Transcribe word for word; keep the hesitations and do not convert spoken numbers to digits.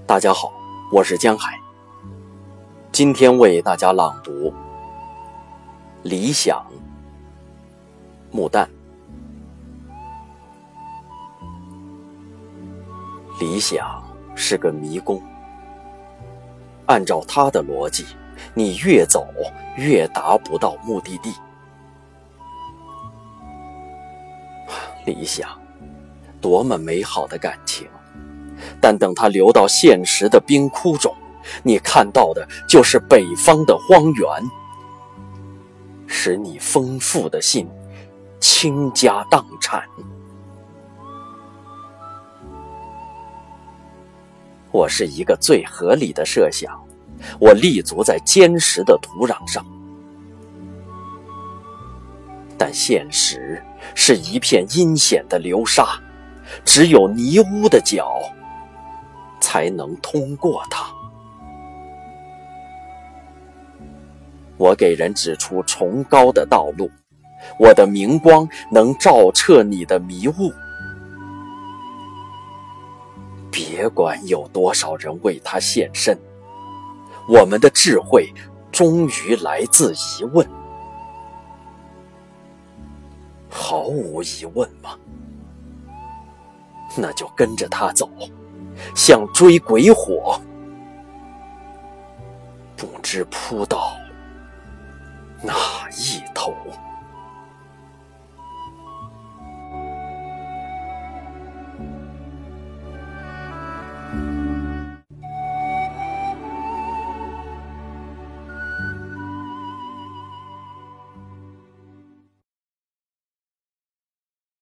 大家好，我是江海，今天为大家朗读《理想》，穆旦。理想是个迷宫，按照他的逻辑，你越走越达不到目的地。理想，多么美好的感情，但等它流到现实的冰窟中，你看到的就是北方的荒原，使你丰富的心倾家荡产。我是一个最合理的设想，我立足在坚实的土壤上，但现实是一片阴险的流沙，只有泥污的脚才能通过它。我给人指出崇高的道路，我的明光能照彻你的迷雾。别管有多少人为它献身，我们的智慧终于来自疑问。毫无疑问吗？那就跟着他走，像追鬼火，不知扑到哪一头。